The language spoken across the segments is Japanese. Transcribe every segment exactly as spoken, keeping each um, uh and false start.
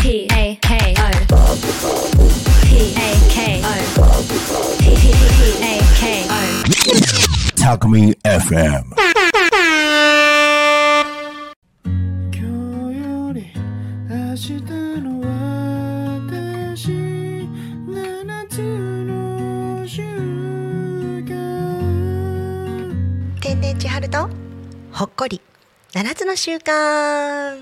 P A K O P A K O P A K O たくみ エフエム。 今日より明日の私七つの習慣。 天然千春とほっこり七つの習慣。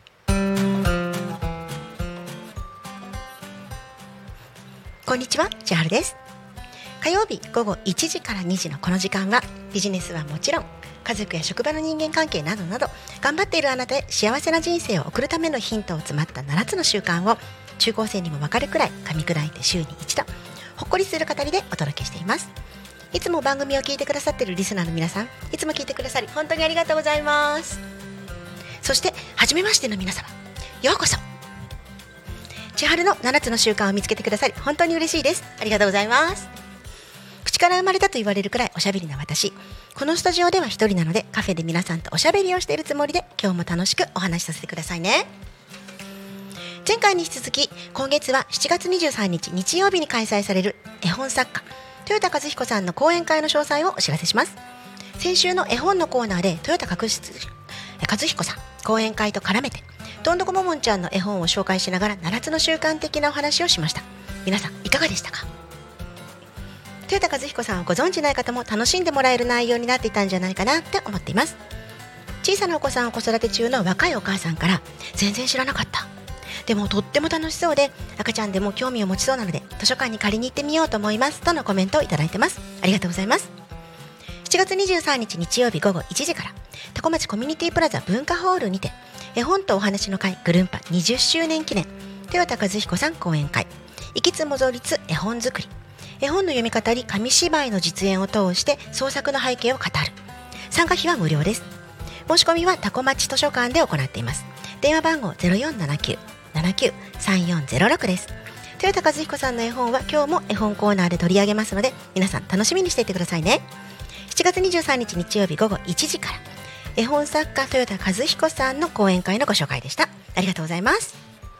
こんにちは、千春です。火曜日午後いちじからにじのこの時間は、ビジネスはもちろん家族や職場の人間関係などなど、頑張っているあなたへ幸せな人生を送るためのヒントを詰まったななつの習慣を中高生にも分かるくらい噛み砕いて週に一度ほっこりする語りでお届けしています。いつも番組を聞いてくださっているリスナーの皆さん、いつも聞いてくださり本当にありがとうございます。そして初めましての皆様、ようこそ。千春のななつの習慣を見つけてくださり本当に嬉しいです。ありがとうございます。口から生まれたと言われるくらいおしゃべりな私、このスタジオでは一人なのでカフェで皆さんとおしゃべりをしているつもりで、今日も楽しくお話しさせてくださいね。前回に引き続き、今月はしちがつにじゅうさんにち日曜日に開催される絵本作家豊田和彦さんの講演会の詳細をお知らせします。先週の絵本のコーナーで豊田和彦さん講演会と絡めてどんどこももんちゃんの絵本を紹介しながらななつの習慣的なお話をしました。皆さんいかがでしたか？豊田和彦さんをご存じない方も楽しんでもらえる内容になっていたんじゃないかなって思っています。小さなお子さんを子育て中の若いお母さんから、全然知らなかった、でもとっても楽しそうで赤ちゃんでも興味を持ちそうなので図書館に借りに行ってみようと思いますとのコメントをいただいてます。ありがとうございます。しちがつにじゅうさんにち日曜日午後いちじから多古町コミュニティプラザ文化ホールにて、絵本とお話の会ぐるんぱにじゅっしゅうねん記念豊田和彦さん講演会、いきつもぞりつ絵本作り、絵本の読み語り紙芝居の実演を通して創作の背景を語る。参加費は無料です。申し込みは多古町図書館で行っています。電話番号 ゼロよんななきゅう ななきゅう さんよんゼロろく です。豊田和彦さんの絵本は今日も絵本コーナーで取り上げますので、皆さん楽しみにしていてくださいね。しちがつにじゅうさんにち日曜日午後いちじから、絵本作家豊田和彦さんの講演会のご紹介でした。ありがとうございます。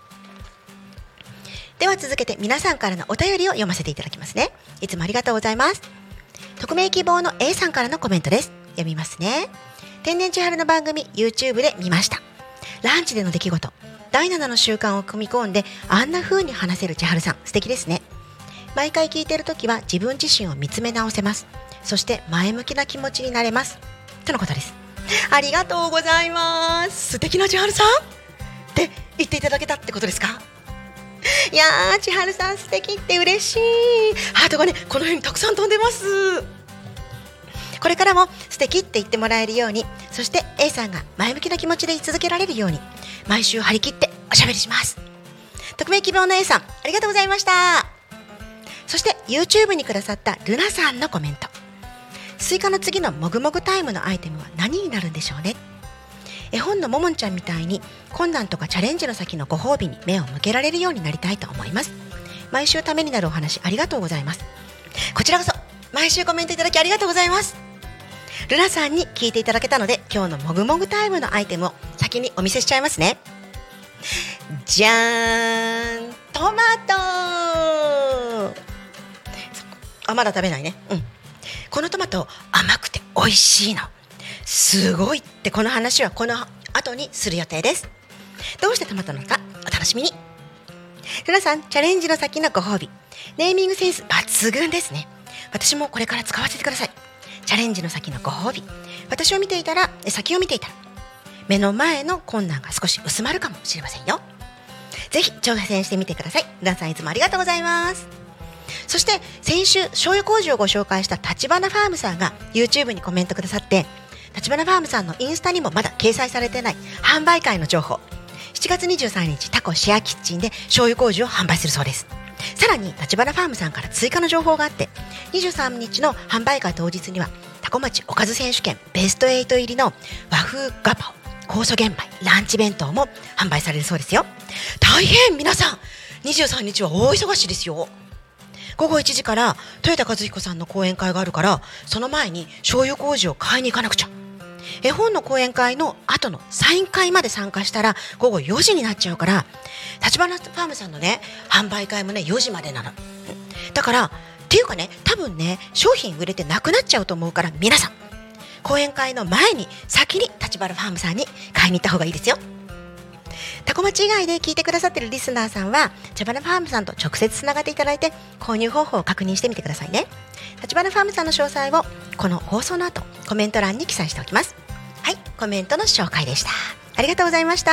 では続けて皆さんからのお便りを読ませていただきますね。いつもありがとうございます。匿名希望の A さんからのコメントです。読みますね。天然千春の番組 YouTube で見ました。ランチでの出来事、だいななの習慣を組み込んであんな風に話せる千春さん、素敵ですね。毎回聞いているときは自分自身を見つめ直せます。そして前向きな気持ちになれますとのことです。ありがとうございます。素敵な千春さんって言っていただけたってことですか？いやー、千春さん素敵って嬉しい。ハートがね、この辺にたくさん飛んでます。これからも素敵って言ってもらえるように、そして A さんが前向きな気持ちで居続けられるように、毎週張り切っておしゃべりします。匿名希望の A さん、ありがとうございました。そして YouTube にくださったルナさんのコメント、スイカの次のもぐもぐタイムのアイテムは何になるんでしょうね。絵本のももんちゃんみたいに困難とかチャレンジの先のご褒美に目を向けられるようになりたいと思います。毎週ためになるお話ありがとうございます。こちらこそ毎週コメントいただきありがとうございます。ルナさんに聞いていただけたので、今日のもぐもぐタイムのアイテムを先にお見せしちゃいますね。じゃーん、トマト。あ、まだ食べないね。うん。このトマト甘くて美味しいの。すごいって、この話はこの後にする予定です。どうしてトマトなのかお楽しみに。ルナさん、チャレンジの先のご褒美、ネーミングセンス抜群ですね。私もこれから使わせてください。チャレンジの先のご褒美、私を見ていたら先を見ていたら目の前の困難が少し薄まるかもしれませんよ。ぜひ挑戦してみてください。ルナさん、いつもありがとうございます。そして先週醤油麹をご紹介した立花ファームさんが YouTube にコメントくださって、立花ファームさんのインスタにもまだ掲載されてない販売会の情報、しちがつにじゅうさんにちタコシェアキッチンで醤油麹を販売するそうです。さらに立花ファームさんから追加の情報があって、にじゅうさんにちの販売会当日には多古町おかず選手権ベストはち入りの和風ガパオ酵素玄米ランチ弁当も販売されるそうですよ。大変、皆さんにじゅうさんにちは大忙しですよ。ごごいちじから豊田和彦さんの講演会があるから、その前に醤油麹を買いに行かなくちゃ。 絵本の講演会の後のサイン会まで参加したら午後よじになっちゃうから、立花ファームさんのね販売会もねよじまでなの。だからっていうかね、多分ね商品売れてなくなっちゃうと思うから、皆さん講演会の前に先に立花ファームさんに買いに行った方がいいですよ。タコ町以外で聞いてくださってるリスナーさんは立花ファームさんと直接つながっていただいて購入方法を確認してみてくださいね。立花ファームさんの詳細をこの放送の後コメント欄に記載しておきます。はい、コメントの紹介でした。ありがとうございました。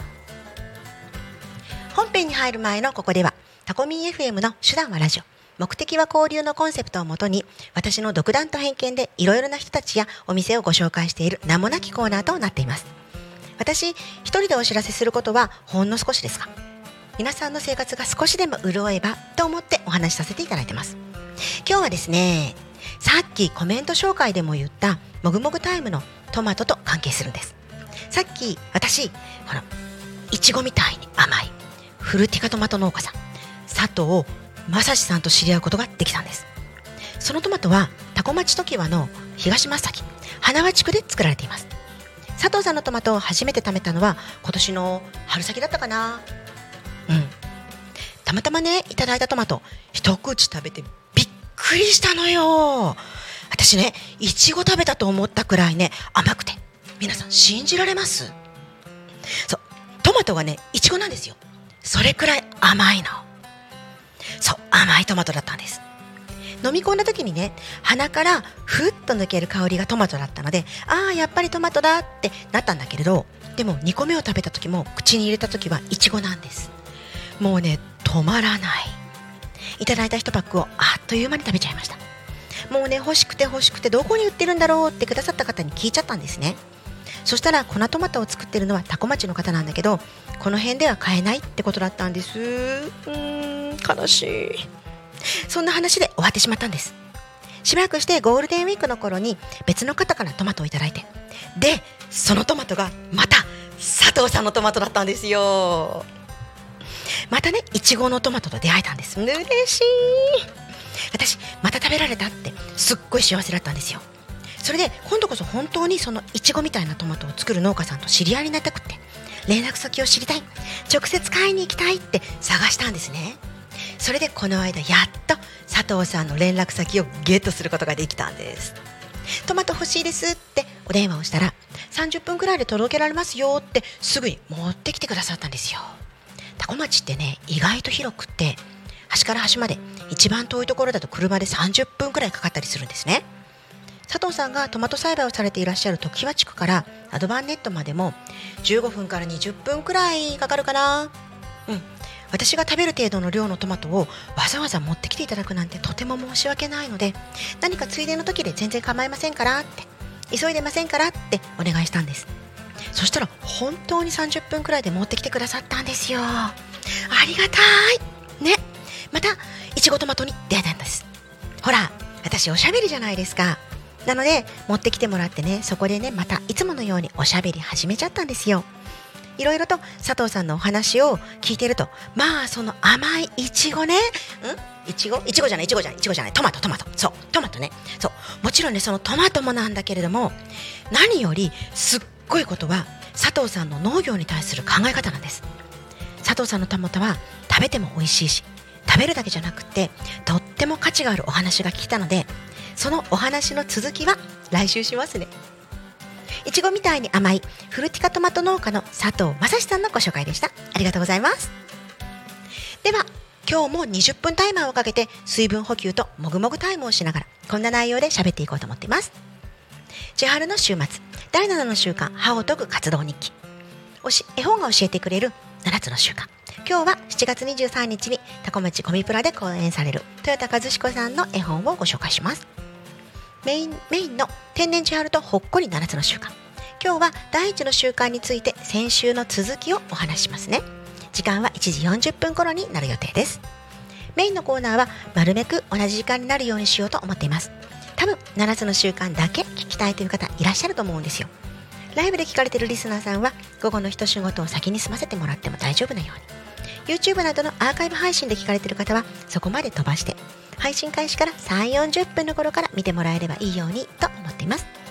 本編に入る前のここではタコミン エフエム の手段はラジオ、目的は交流のコンセプトをもとに、私の独断と偏見でいろいろな人たちやお店をご紹介している名もなきコーナーとなっています。私一人でお知らせすることはほんの少しですが、皆さんの生活が少しでも潤えばと思ってお話しさせていただいてます。今日はですね、さっきコメント紹介でも言ったもぐもぐタイムのトマトと関係するんです。さっき私ほらいちごみたいに甘いフルティカトマト農家さん佐藤正史さんと知り合うことができたんです。そのトマトはタコ町常盤の東松崎花輪地区で作られています。佐藤さんのトマトを初めて食べたのは今年の春先だったかな。うんたまたまねいただいたトマト一口食べてびっくりしたのよ。私ねいちご食べたと思ったくらいね甘くて、皆さん信じられます？そうトマトがねいちごなんですよ。それくらい甘いの。そう甘いトマトだったんです。飲み込んだ時にね鼻からふっと抜ける香りがトマトだったので、ああやっぱりトマトだってなったんだけれど、でもにこめを食べた時も口に入れた時はいちごなんです。もうね止まらない。いただいたいちパックをあっという間に食べちゃいました。もうね欲しくて欲しくてどこに売ってるんだろうってくださった方に聞いちゃったんですね。そしたら粉トマトを作ってるのはタコ町の方なんだけど、この辺では買えないってことだったんです。うーん悲しい。そんな話で終わってしまったんです。しばらくしてゴールデンウィークの頃に別の方からトマトをいただいて、でそのトマトがまた佐藤さんのトマトだったんですよ。またねいちごのトマトと出会えたんです。嬉しい。私また食べられたってすっごい幸せだったんですよ。それで今度こそ本当にそのいちごみたいなトマトを作る農家さんと知り合いになりたくって、連絡先を知りたい、直接買いに行きたいって探したんですね。それでこの間やっと佐藤さんの連絡先をゲットすることができたんです。トマト欲しいですってお電話をしたら、さんじゅっぷんくらいで届けられますよってすぐに持ってきてくださったんですよ。タコ町ってね意外と広くって、端から端まで一番遠いところだと車でさんじゅっぷんくらいかかったりするんですね。佐藤さんがトマト栽培をされていらっしゃる常盤地区からアドバンネットまでもじゅうごふんからにじゅっぷんくらいかかるかな。うん私が食べる程度の量のトマトをわざわざ持ってきていただくなんてとても申し訳ないので、何かついでの時で全然構いませんからって、急いでませんからってお願いしたんです。そしたら本当にさんじゅっぷんくらいで持ってきてくださったんですよ。ありがたいね。またいちごトマトに出会えたんです。ほら私おしゃべりじゃないですか。なので持ってきてもらってね、そこでねまたいつものようにおしゃべり始めちゃったんですよ。いろいろと佐藤さんのお話を聞いていると、まあその甘いいちごね、んいちごいちごじゃないいちごじゃないいちごじゃないトマトトマトそうトマトね、そうもちろんねそのトマトもなんだけれども、何よりすっごいことは佐藤さんの農業に対する考え方なんです。佐藤さんのトマトは食べても美味しいし、食べるだけじゃなくてとっても価値があるお話が聞いたので、そのお話の続きは来週しますね。いちごみたいに甘いフルティカトマト農家の佐藤正史さんのご紹介でした。ありがとうございます。では今日もにじゅっぷんタイマーをかけて水分補給ともぐもぐタイムをしながらこんな内容で喋っていこうと思っています。千春の週末だいななの習慣歯を研ぐ活動日記、おし絵本が教えてくれるななつの習慣。今日はしちがつにじゅうさんにちにタコ町コミプラで講演される豊田和彦さんの絵本をご紹介します。メイン、メインの天然千春とほっこりななつの習慣。今日はだいいちの習慣について先週の続きをお話ししますね。時間はいちじよんじゅっぷん頃になる予定です。メインのコーナーはなるべく同じ時間になるようにしようと思っています。多分ななつの習慣だけ聞きたいという方いらっしゃると思うんですよ。ライブで聞かれているリスナーさんは午後の一仕事を先に済ませてもらっても大丈夫なように、 YouTube などのアーカイブ配信で聞かれている方はそこまで飛ばして配信開始からさんじゅうよんじゅっぷんの頃から見てもらえればいいようにと思っています。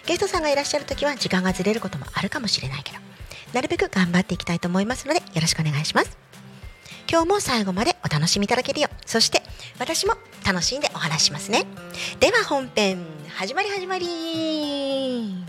ゲストさんがいらっしゃるときは時間がずれることもあるかもしれないけど、なるべく頑張っていきたいと思いますのでよろしくお願いします。今日も最後までお楽しみいただけるよう、そして私も楽しんでお話ししますね。では本編始まり始まり。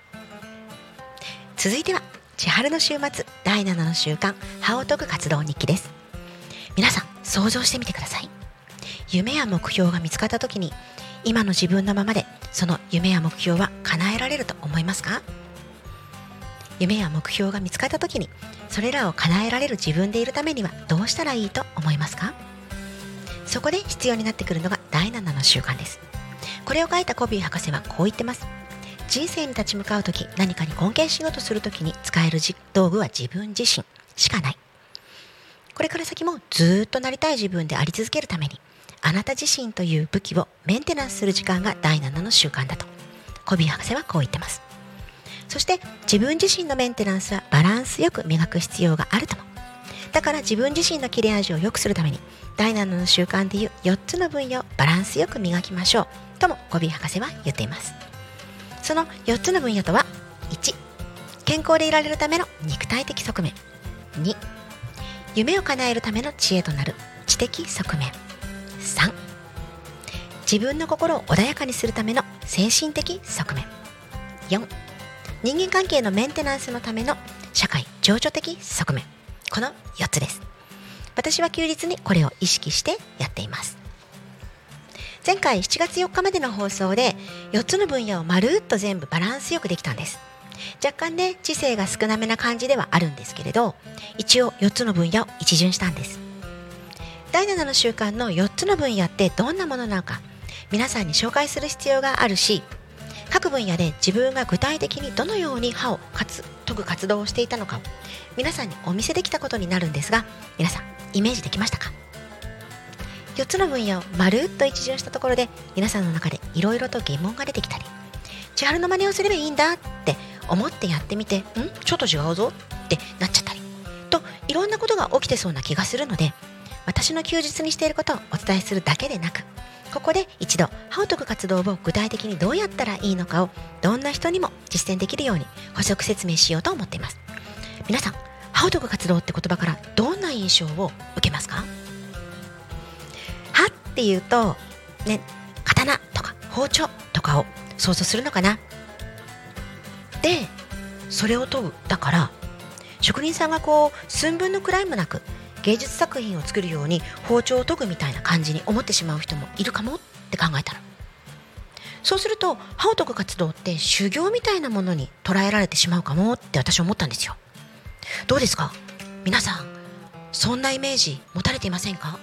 続いては千春の週末だいななの習慣葉を解く活動日記です。皆さん想像してみてください。夢や目標が見つかった時に、今の自分のままでその夢や目標は叶えられると思いますか？夢や目標が見つかった時に、それらを叶えられる自分でいるためにはどうしたらいいと思いますか？そこで必要になってくるのがだいななの習慣です。これを書いたコビー博士はこう言ってます。人生に立ち向かう時、何かに貢献しようとする時に使える道具は自分自身しかない。これから先もずーっとなりたい自分であり続けるために、あなた自身という武器をメンテナンスする時間がだいななの習慣だとコビー博士はこう言ってます。そして自分自身のメンテナンスはバランスよく磨く必要があるとも。だから自分自身の切れ味を良くするために、だいななの習慣でいうよっつの分野をバランスよく磨きましょうともコビー博士は言っています。そのよっつの分野とは、いち、健康でいられるための肉体的側面。に、夢を叶えるための知恵となる知的側面。さん、自分の心を穏やかにするための精神的側面。よん、人間関係のメンテナンスのための社会情緒的側面。このよっつです。私は休日にこれを意識してやっています。前回しちがつよっかまでの放送でよっつの分野をまるっと全部バランスよくできたんです。若干ね、知性が少なめな感じではあるんですけれど、一応よっつの分野を一巡したんです。だいななの習慣のよっつの分野ってどんなものなのか、皆さんに紹介する必要があるし、各分野で自分が具体的にどのように歯を解く活動をしていたのかを皆さんにお見せできたことになるんですが、皆さんイメージできましたか？よっつの分野をまるっと一巡したところで、皆さんの中でいろいろと疑問が出てきたり、千春の真似をすればいいんだって思ってやってみて、んちょっと違うぞってなっちゃったりと、いろんなことが起きてそうな気がするので、私の休日にしていることをお伝えするだけでなく、ここで一度歯を解く活動を具体的にどうやったらいいのかをどんな人にも実践できるように補足説明しようと思っています。皆さん、歯を解く活動って言葉からどんな印象を受けますか？歯っていうとね、刀とか包丁とかを想像するのかな。で、それを研ぐだから職人さんがこう寸分の位もなく芸術作品を作るように包丁を研ぐみたいな感じに思ってしまう人もいるかもって考えたの。そうすると歯を研ぐ活動って修行みたいなものに捉えられてしまうかもって私は思ったんですよ。どうですか皆さん、そんなイメージ持たれていませんか？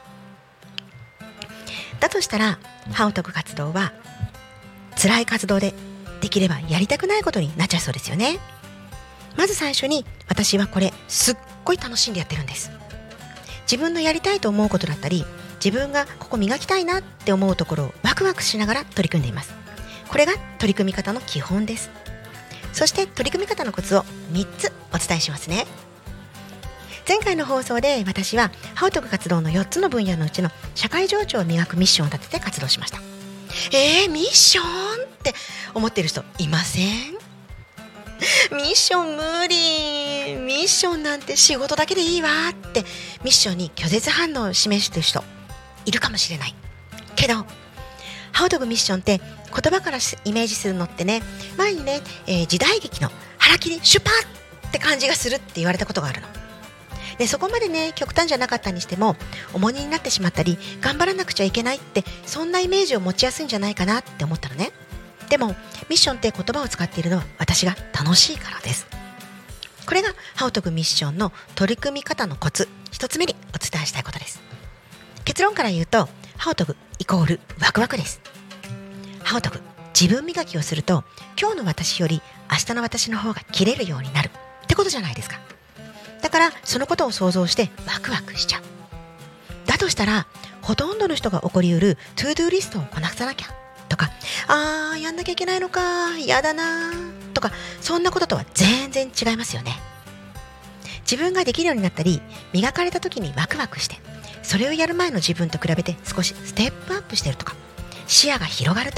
だとしたら歯を研ぐ活動は辛い活動で、できればやりたくないことになっちゃいそうですよね。まず最初に、私はこれすっごい楽しんでやってるんです。自分のやりたいと思うことだったり、自分がここ磨きたいなって思うところをワクワクしながら取り組んでいます。これが取り組み方の基本です。そして取り組み方のコツをみっつお伝えしますね。前回の放送で私は歯を解く活動のよっつの分野のうちの社会情緒を磨くミッションを立てて活動しました。えー、ミッションって思っている人いません？ミッション無理、ミッションなんて仕事だけでいいわってミッションに拒絶反応を示している人いるかもしれないけど、歯を研ぐミッションって言葉からイメージするのってね、前にね、えー、時代劇の腹切りシュパッって感じがするって言われたことがあるので、そこまでね極端じゃなかったにしても重荷になってしまったり頑張らなくちゃいけないって、そんなイメージを持ちやすいんじゃないかなって思ったのね。でもミッションって言葉を使っているのは私が楽しいからです。これが歯を研ぐミッションの取り組み方のコツ一つ目にお伝えしたいことです。結論から言うと、歯を研ぐイコールワクワクです。歯を研ぐ、自分磨きをすると今日の私より明日の私の方が切れるようになるってことじゃないですか。だからそのことを想像してワクワクしちゃう。だとしたらほとんどの人が起こりうるトゥードゥーリストをこなさなきゃとか、あーやんなきゃいけないのかやだなとか、そんなこととは全然違いますよね。自分ができるようになったり磨かれた時にワクワクして、それをやる前の自分と比べて少しステップアップしてるとか、視野が広がるとかっ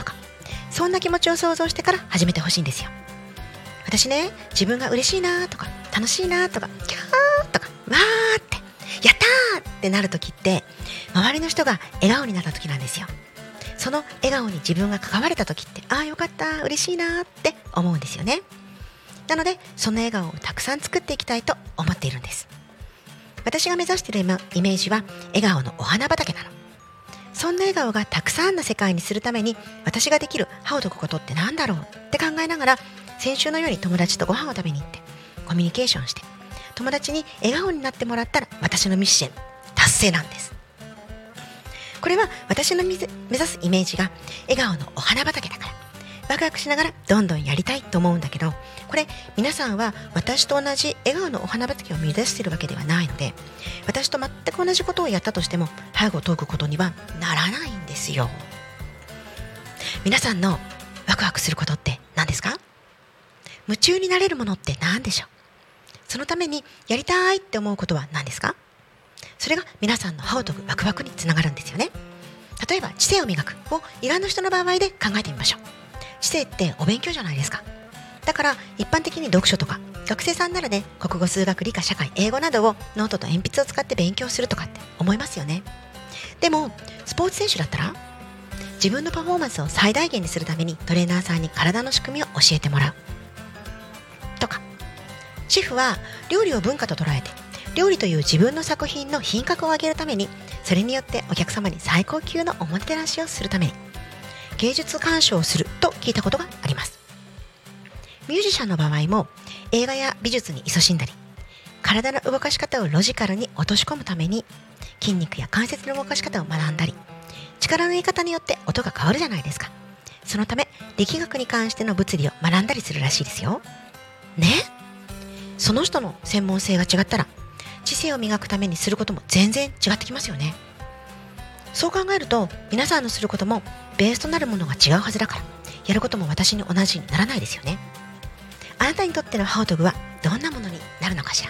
そんな気持ちを想像してから始めてほしいんですよ。私ね、自分が嬉しいなとか楽しいなとかキャーとかわーってやったーってなるときって、周りの人が笑顔になったときなんですよ。その笑顔に自分が関われたときって、ああよかった嬉しいなって思うんですよね。なのでその笑顔をたくさん作っていきたいと思っているんです。私が目指しているイメージは笑顔のお花畑なの。そんな笑顔がたくさんの世界にするために、私ができる歯を研ぐことってなんだろうって考えながら、先週のように友達とご飯を食べに行ってコミュニケーションして、友達に笑顔になってもらったら私のミッション達成なんです。これは私の目指すイメージが笑顔のお花畑だから、ワクワクしながらどんどんやりたいと思うんだけど、これ皆さんは私と同じ笑顔のお花畑を目指しているわけではないので、私と全く同じことをやったとしても歯を研ぐことにはならないんですよ。皆さんのワクワクすることって何ですか？夢中になれるものって何でしょう？そのためにやりたいって思うことは何ですか？それが皆さんの歯を研ぐワクワクにつながるんですよね。例えば知性を磨くをイランの人の場合で考えてみましょう。知性ってお勉強じゃないですか。だから一般的に読書とか、学生さんならね、国語、数学、理科、社会、英語などをノートと鉛筆を使って勉強するとかって思いますよね。でもスポーツ選手だったら、自分のパフォーマンスを最大限にするためにトレーナーさんに体の仕組みを教えてもらうとか、シェフは料理を文化と捉えて、料理という自分の作品の品格を上げるために、それによってお客様に最高級のおもてなしをするために芸術鑑賞をすると聞いたことがあります。ミュージシャンの場合も映画や美術に勤しんだり、体の動かし方をロジカルに落とし込むために筋肉や関節の動かし方を学んだり、力の入れ方によって音が変わるじゃないですか。そのため力学に関しての物理を学んだりするらしいですよね。その人の専門性が違ったら、知性を磨くためにすることも全然違ってきますよね。そう考えると、皆さんのすることもベースとなるものが違うはずだから、やることも私に同じにならないですよね。あなたにとっての歯を研ぐはどんなものになるのかしら。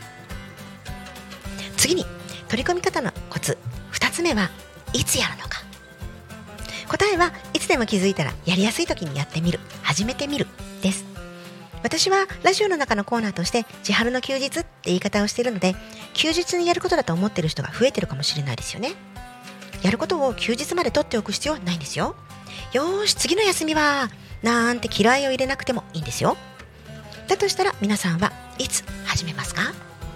次に取り組み方のコツふたつめは、いつやるのか。答えはいつでも気づいたらやりやすい時にやってみる、始めてみるです。私はラジオの中のコーナーとして千春の休日って言い方をしているので、休日にやることだと思っている人が増えてるかもしれないですよね。やることを休日まで取っておく必要はないんですよ。よーし次の休みはなんて嫌いを入れなくてもいいんですよ。だとしたら皆さんはいつ始めますか？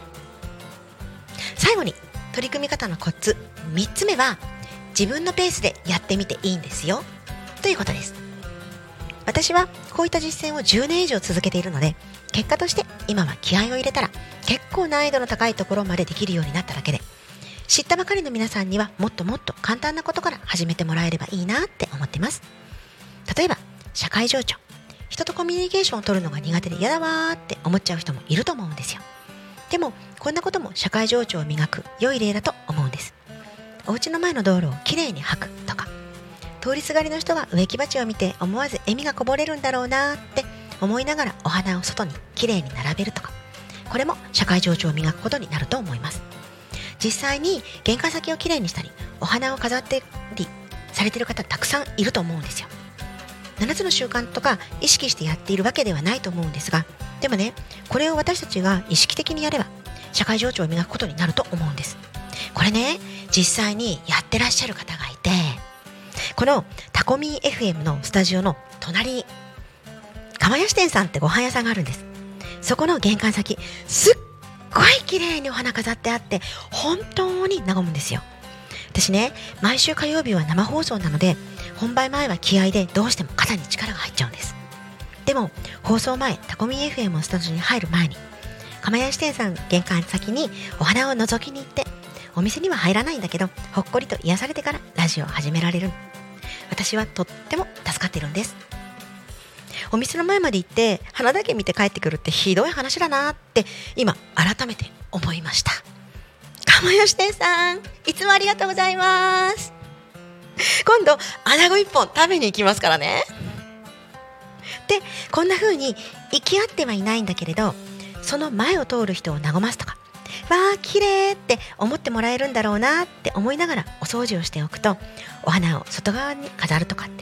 最後に取り組み方のコツみっつめは、自分のペースでやってみていいんですよということです。私はこういった実践をじゅうねん以上続けているので、結果として今は気合を入れたら結構難易度の高いところまでできるようになっただけで、知ったばかりの皆さんにはもっともっと簡単なことから始めてもらえればいいなって思ってます。例えば社会情緒、人とコミュニケーションを取るのが苦手で嫌だわーって思っちゃう人もいると思うんですよ。でもこんなことも社会情緒を磨く良い例だと思うんです。お家の前の道路をきれいに掃くとか、通りすがりの人は植木鉢を見て思わず笑みがこぼれるんだろうなって思いながらお花を外にきれいに並べるとか、これも社会情緒を磨くことになると思います。実際に玄関先をきれいにしたりお花を飾ってりされている方たくさんいると思うんですよ。ななつの習慣とか意識してやっているわけではないと思うんですが、でもね、これを私たちが意識的にやれば社会情緒を磨くことになると思うんです。これね、実際にやってらっしゃる方がいて、このタコミー エフエム のスタジオの隣に釜屋支店さんってご飯屋さんがあるんです。そこの玄関先、すっごい綺麗にお花飾ってあって本当に和むんですよ。私ね、毎週火曜日は生放送なので本番前は気合でどうしても肩に力が入っちゃうんです。でも放送前、タコミー エフエム のスタジオに入る前に釜屋支店さん玄関先にお花を覗きに行って、お店には入らないんだけどほっこりと癒されてからラジオを始められる。私はとっても助かっているんです。お店の前まで行って花だけ見て帰ってくるってひどい話だなって今改めて思いました。釜屋支店さん、いつもありがとうございます。今度穴子一本食べに行きますからね。で、こんな風に行き合ってはいないんだけれど、その前を通る人を和ますとか、わー綺麗って思ってもらえるんだろうなって思いながらお掃除をしておくと、お花を外側に飾るとかって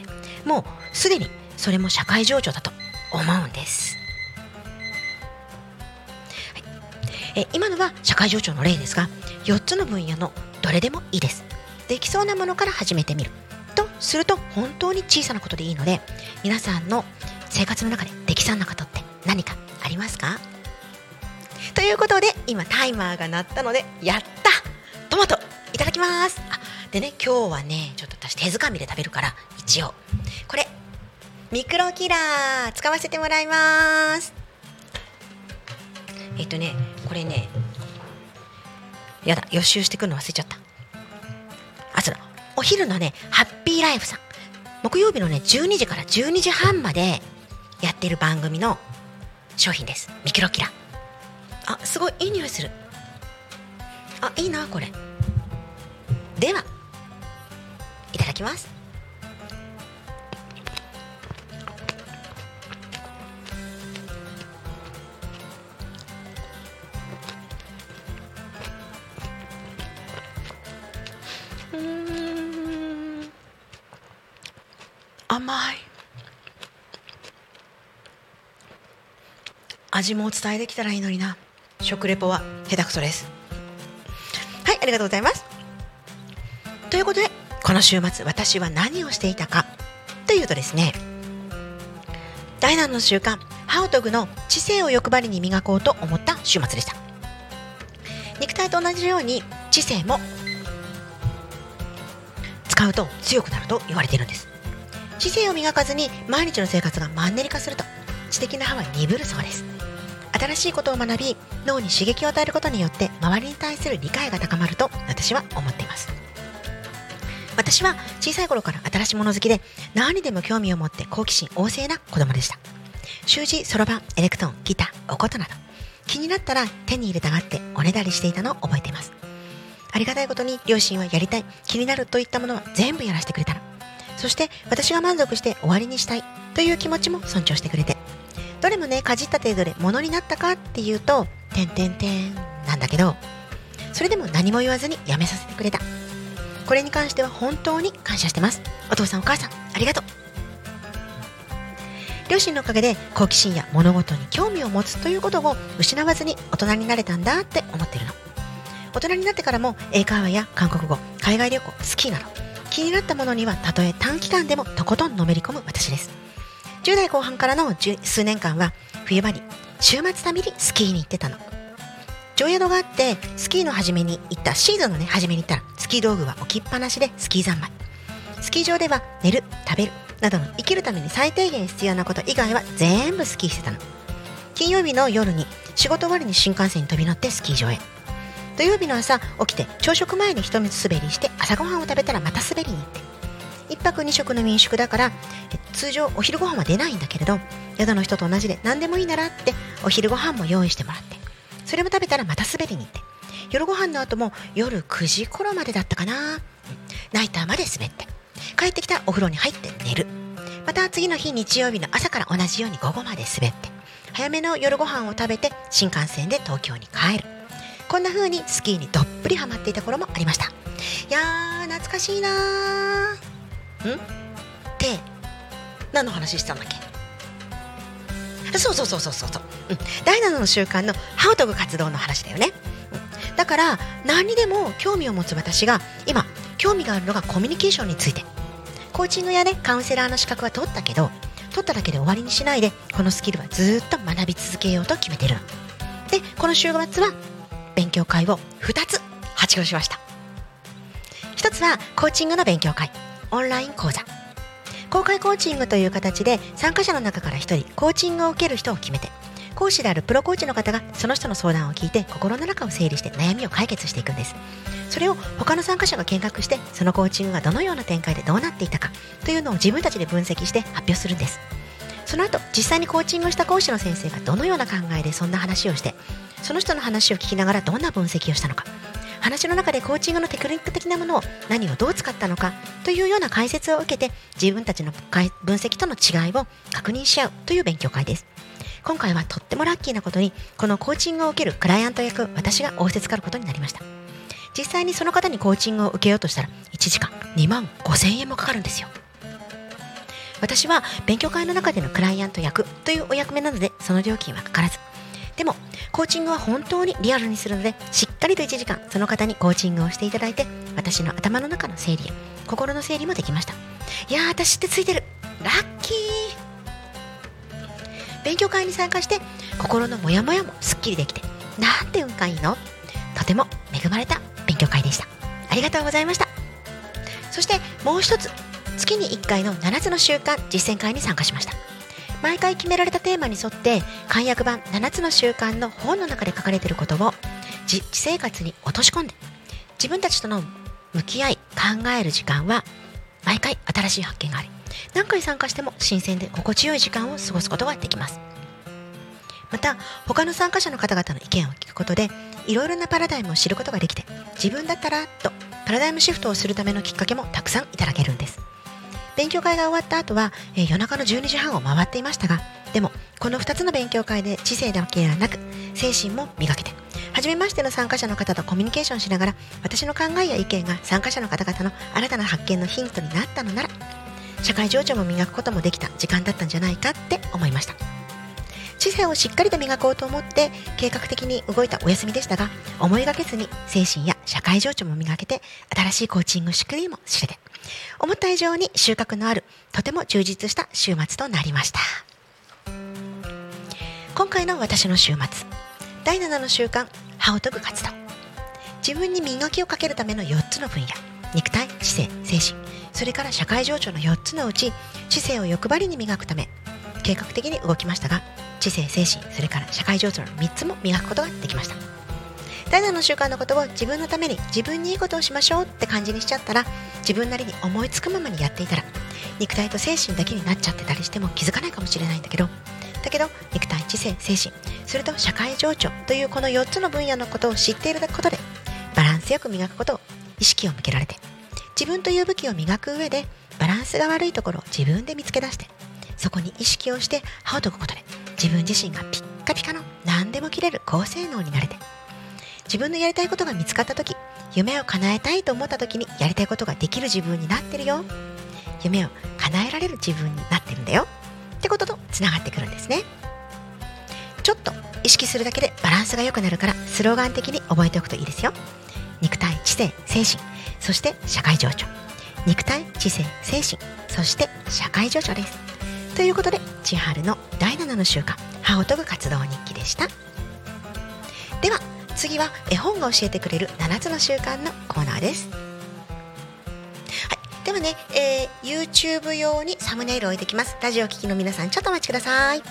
もうすでにそれも社会情緒だと思うんです。はい、え今のは社会情緒の例ですが、よっつの分野のどれでもいいです。できそうなものから始めてみるとすると本当に小さなことでいいので、皆さんの生活の中でできそうなことって何かありますか？ということで今タイマーが鳴ったので、やったトマトいただきます。あでね、今日はねちょっと私手づかみで食べるから、一応これミクロキラー使わせてもらいます。えっとねこれね、やだ予習してくるの忘れちゃった。あそうだ、お昼のねハッピーライフさん、木曜日のねじゅうにじからじゅうにじはんまでやっている番組の商品です。ミクロキラー。あすごいいい匂いする。あいいなこれ。ではいただきます。うーん甘い。味もお伝えできたらいいのにな。食レポは下手くそです。はい、ありがとうございます。ということでこの週末私は何をしていたかというとですね、ダイナの習慣ハウトグの知性を欲張りに磨こうと思った週末でした。肉体と同じように知性も使うと強くなると言われているんです。知性を磨かずに毎日の生活がマンネリ化すると知的な歯は鈍るそうです。新しいことを学び脳に刺激を与えることによって周りに対する理解が高まると私は思っています。私は小さい頃から新しいもの好きで、何にでも興味を持って好奇心旺盛な子供でした。習字、そろばん、エレクトーン、ギター、お琴など気になったら手に入れたがっておねだりしていたのを覚えています。ありがたいことに両親はやりたい、気になるといったものは全部やらせてくれたの。そして私が満足して終わりにしたいという気持ちも尊重してくれて、どれもねかじった程度でものになったかっていうとてんてんてんなんだけど、それでも何も言わずにやめさせてくれた。これに関しては本当に感謝してます。お父さんお母さんありがとう。両親のおかげで好奇心や物事に興味を持つということを失わずに大人になれたんだって思ってるの。大人になってからも英会話や韓国語、海外旅行、スキーなど気になったものにはたとえ短期間でもとことんのめり込む私です。じゅう代後半からの数年間は冬場に週末たびにスキーに行ってたの。常宿があってスキーの始めに行ったシーズンのね初めに行ったらスキー道具は置きっぱなしでスキー三昧。スキー場では寝る、食べるなどの生きるために最低限必要なこと以外は全部スキーしてたの。金曜日の夜に仕事終わりに新幹線に飛び乗ってスキー場へ。土曜日の朝起きて朝食前に一水滑りして朝ごはんを食べたらまた滑りに行って、一泊二食の民宿だから通常お昼ご飯は出ないんだけれど、宿の人と同じで何でもいいならってお昼ご飯も用意してもらって、それも食べたらまた滑りに行って、夜ご飯の後も夜くじ頃までだったかな、ナイターまで滑って、帰ってきたらお風呂に入って寝る。また次の日日曜日の朝から同じように午後まで滑って、早めの夜ご飯を食べて新幹線で東京に帰る。こんな風にスキーにどっぷりハマっていた頃もありました。いやー懐かしいなー。んって何の話したんだっけ。そうそうそうそうそう、うん、ダイナの習慣のハウトグ活動の話だよね、うん、だから何にでも興味を持つ私が今興味があるのがコミュニケーションについて。コーチングやねカウンセラーの資格は取ったけど、取っただけで終わりにしないでこのスキルはずっと学び続けようと決めてるので、この週末は勉強会をふたつはしごしました。ひとつはコーチングの勉強会、オンライン講座。公開コーチングという形で参加者の中からひとりコーチングを受ける人を決めて、講師であるプロコーチの方がその人の相談を聞いて心の中を整理して悩みを解決していくんです。それを他の参加者が見学して、そのコーチングがどのような展開でどうなっていたかというのを自分たちで分析して発表するんです。その後実際にコーチングをした講師の先生がどのような考えでそんな話をして、その人の話を聞きながらどんな分析をしたのか、話の中でコーチングのテクニック的なものを何をどう使ったのかというような解説を受けて、自分たちの分析との違いを確認し合うという勉強会です。今回はとってもラッキーなことに、このコーチングを受けるクライアント役、私が仰せつかることになりました。実際にその方にコーチングを受けようとしたらいちじかんにまんごせんえんもかかるんですよ。 私は勉強会の中でのクライアント役というお役目なのでその料金はかからず、でもコーチングは本当にリアルにするので、しっかりといちじかんその方にコーチングをしていただいて、私の頭の中の整理や心の整理もできました。いやー、私ってついてる、ラッキー。勉強会に参加して心のモヤモヤもすっきりできて、なんて運がいいの。とても恵まれた勉強会でした。ありがとうございました。そしてもう一つ、月にいっかいのななつの習慣実践会に参加しました。毎回決められたテーマに沿って簡約版ななつの習慣の本の中で書かれていることを実生活に落とし込んで、自分たちとの向き合い考える時間は毎回新しい発見があり、何回参加しても新鮮で心地よい時間を過ごすことができます。また他の参加者の方々の意見を聞くことで、いろいろなパラダイムを知ることができて、自分だったらとパラダイムシフトをするためのきっかけもたくさんいただけるんです。勉強会が終わった後は、えー、夜中のじゅうにじはんを回っていましたが、でもこのふたつの勉強会で知性だけではなく精神も磨けて、初めましての参加者の方とコミュニケーションしながら、私の考えや意見が参加者の方々の新たな発見のヒントになったのなら、社会情緒も磨くこともできた時間だったんじゃないかって思いました。知性をしっかりと磨こうと思って計画的に動いたお休みでしたが、思いがけずに精神や社会情緒も磨けて、新しいコーチング仕組みも知れて、思った以上に収穫のあるとても充実した週末となりました。今回の私の週末、だいななの習慣、歯を研ぐ活動。自分に磨きをかけるためのよっつの分野、肉体、知性、精神、それから社会情緒のよっつのうち、知性を欲張りに磨くため計画的に動きましたが、知性、精神、それから社会情緒のみっつも磨くことができました。だいななの習慣のことを自分のために自分にいいことをしましょうって感じにしちゃったら、自分なりに思いつくままにやっていたら、肉体と精神だけになっちゃってたりしても気づかないかもしれないんだけど、だけど肉体、知性、精神、それと社会情緒というこのよっつの分野のことを知っていることで、バランスよく磨くことを意識を向けられて、自分という武器を磨く上でバランスが悪いところを自分で見つけ出して、そこに意識をして歯を研ぐことで、自分自身がピッカピカの何でも切れる高性能になれて、自分のやりたいことが見つかった時、夢を叶えたいと思った時にやりたいことができる自分になってるよ、夢を叶えられる自分になってるんだよってこととつながってくるんですね。ちょっと意識するだけでバランスが良くなるから、スローガン的に覚えておくといいですよ。肉体、知性、精神、そして社会情緒。肉体、知性、精神、そして社会情緒です。ということで、千春のだいななの習慣、歯を研ぐ活動日記でした。では次は絵本が教えてくれるななつの習慣のコーナーです。はい、ではね、えー、YouTube 用にサムネイルを置いてきます。ラジオを聴きの皆さん、ちょっとお待ちください。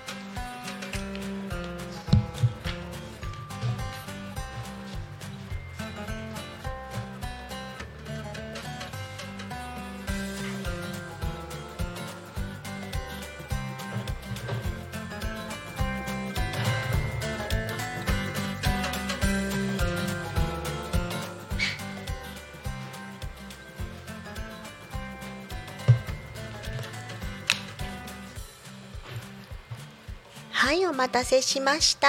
はい、お待たせしました。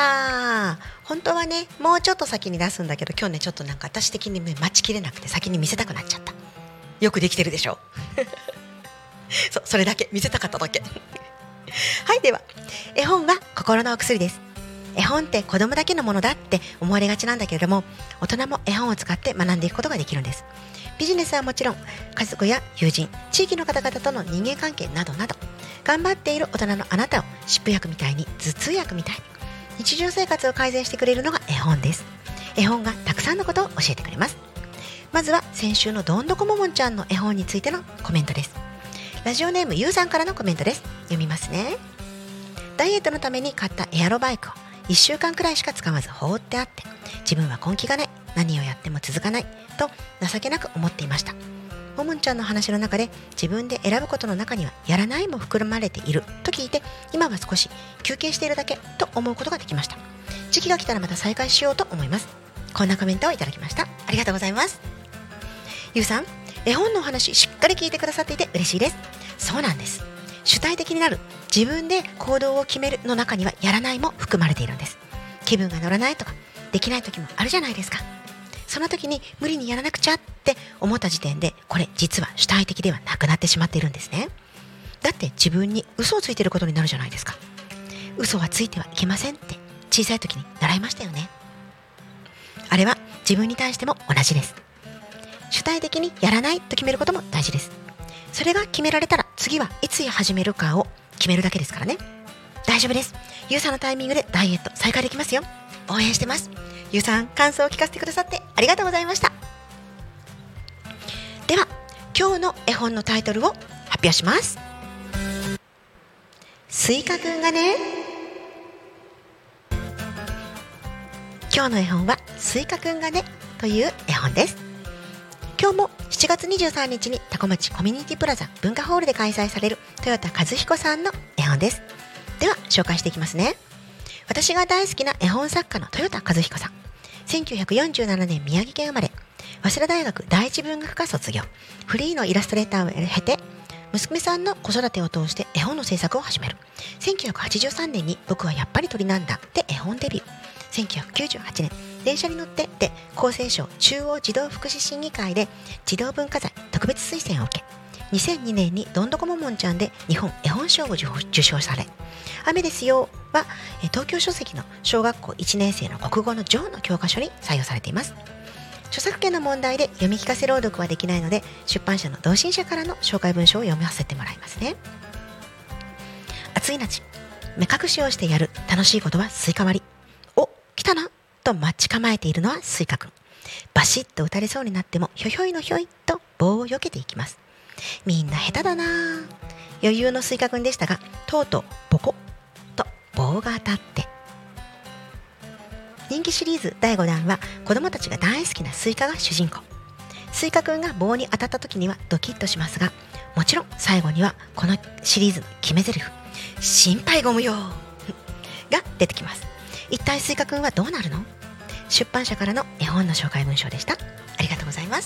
本当はね、もうちょっと先に出すんだけど、今日ねちょっとなんか私的に、ね、待ちきれなくて先に見せたくなっちゃった。よくできてるでしょそう、それだけ見せたかっただけはい、では絵本は心のお薬です。絵本って子供だけのものだって思われがちなんだけれども、大人も絵本を使って学んでいくことができるんです。ビジネスはもちろん、家族や友人、地域の方々との人間関係などなど、頑張っている大人のあなたを湿布薬みたいに、頭痛薬みたいに、日常生活を改善してくれるのが絵本です。絵本がたくさんのことを教えてくれます。まずは先週のどんどこももんちゃんの絵本についてのコメントです。ラジオネームゆうさんからのコメントです。読みますね。ダイエットのために買ったエアロバイクをいっしゅうかんくらいしか使わず放ってあって、自分は根気がない、何をやっても続かないと情けなく思っていました。ももんちゃんの話の中で、自分で選ぶことの中にはやらないも含まれていると聞いて、今は少し休憩しているだけと思うことができました。時期が来たらまた再開しようと思います。こんなコメントをいただきました。ありがとうございます。ゆうさん、絵本のお話しっかり聞いてくださっていて嬉しいです。そうなんです。主体的になる、自分で行動を決めるの中にはやらないも含まれているんです。気分が乗らないとかできない時もあるじゃないですか。その時に無理にやらなくちゃって思った時点で、これ実は主体的ではなくなってしまっているんですね。だって自分に嘘をついてることになるじゃないですか。嘘はついてはいけませんって小さい時に習いましたよね。あれは自分に対しても同じです。主体的にやらないと決めることも大事です。それが決められたら次はいつ始めるかを決めるだけですからね。大丈夫です。ゆうさんのタイミングでダイエット再開できますよ。応援してます。ゆうさん、感想を聞かせてくださってありがとうございました。では今日の絵本のタイトルを発表します。スイカくんがね。今日の絵本はスイカくんがねという絵本です。今日もしちがつにじゅうさんにちに多古町コミュニティプラザ文化ホールで開催される豊田和彦さんの絵本です。では紹介していきますね。私が大好きな絵本作家の豊田和彦さん、せんきゅうひゃくよんじゅうななねん宮城県生まれ、早稲田大学第一文学科卒業、フリーのイラストレーターを経て娘さんの子育てを通して絵本の制作を始める。せんきゅうひゃくはちじゅうさんねんに僕はやっぱり鳥なんだで絵本デビュー。せんきゅうひゃくきゅうじゅうはちねん電車に乗ってで厚生省中央児童福祉審議会で児童文化財特別推薦を受け、にせんにねんにどんどこももんちゃんで日本絵本賞を受賞され、雨ですよは東京書籍の小学校いちねん生の国語の上の教科書に採用されています。著作権の問題で読み聞かせ朗読はできないので、出版社の同心者からの紹介文章を読みさせてもらいますね。暑い夏、目隠しをしてやる楽しいことはスイカ割り。お、来たなと待ち構えているのはスイカくん。バシッと打たれそうになってもひょひょいのひょいと棒を避けていきます。みんな下手だな。余裕のスイカくんでしたが、とうとうボコッと棒が当たって、人気シリーズだいごだんは子供たちが大好きなスイカが主人公。スイカくんが棒に当たった時にはドキッとしますが、もちろん最後にはこのシリーズの決め台詞、心配ご無用が出てきます。一体スイカくんはどうなるの？出版社からの絵本の紹介文章でした。ありがとうございます。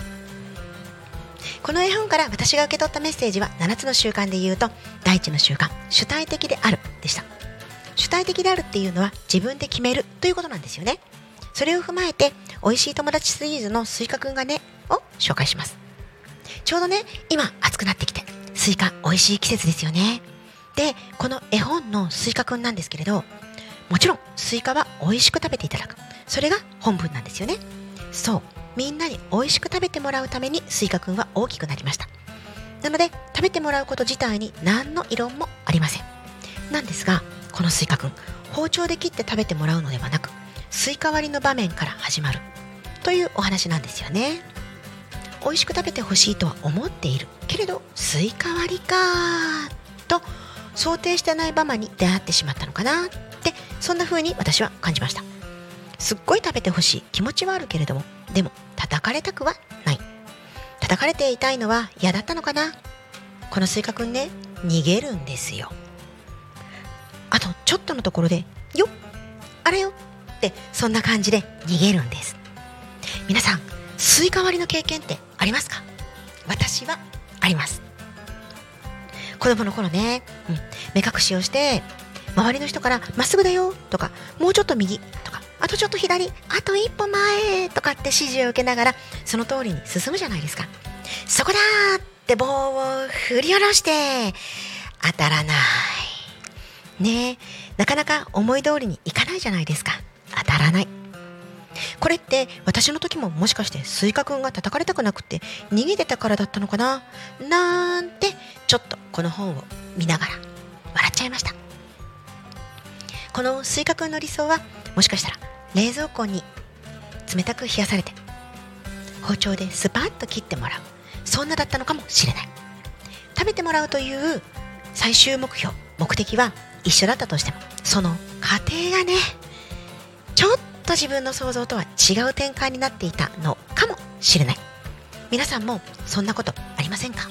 この絵本から私が受け取ったメッセージはななつの習慣で言うと、第一の習慣、主体的であるでした。主体的であるっていうのは自分で決めるということなんですよね。それを踏まえて、おいしい友達シリーズのスイカくんがねを紹介します。ちょうどね、今暑くなってきてスイカおいしい季節ですよね。で、この絵本のスイカくんなんですけれど、もちろんスイカはおいしく食べていただく、それが本文なんですよね。そう、みんなにおいしく食べてもらうためにスイカくんは大きくなりました。なので食べてもらうこと自体に何の異論もありません。なんですが、このスイカくん、包丁で切って食べてもらうのではなく、スイカ割りの場面から始まるというお話なんですよね。美味しく食べてほしいとは思っているけれど、スイカ割りかと想定してないママに出会ってしまったのかなって、そんな風に私は感じました。すっごい食べてほしい気持ちはあるけれども、でも叩かれたくはない。叩かれていたいのは嫌だったのかな。このスイカくんね、逃げるんですよ。あとちょっとのところで、よっあれよって、そんな感じで逃げるんです。皆さん、スイカ割りの経験ってありますか？私はあります。子供の頃ね、うん、目隠しをして周りの人からまっすぐだよとか、もうちょっと右とか、あとちょっと左、あと一歩前とかって指示を受けながらその通りに進むじゃないですか。そこだーって棒を振り下ろして当たらないねえ、なかなか思い通りにいかないじゃないですか。当たらない。これって私の時ももしかしてスイカくんが叩かれたくなくて逃げてたからだったのかななんて、ちょっとこの本を見ながら笑っちゃいました。このスイカくんの理想は、もしかしたら冷蔵庫に冷たく冷やされて包丁でスパッと切ってもらう、そんなだったのかもしれない。食べてもらうという最終目標、目的は一緒だったとしても、その過程がね、ちょっと自分の想像とは違う展開になっていたのかもしれない。皆さんもそんなことありませんか？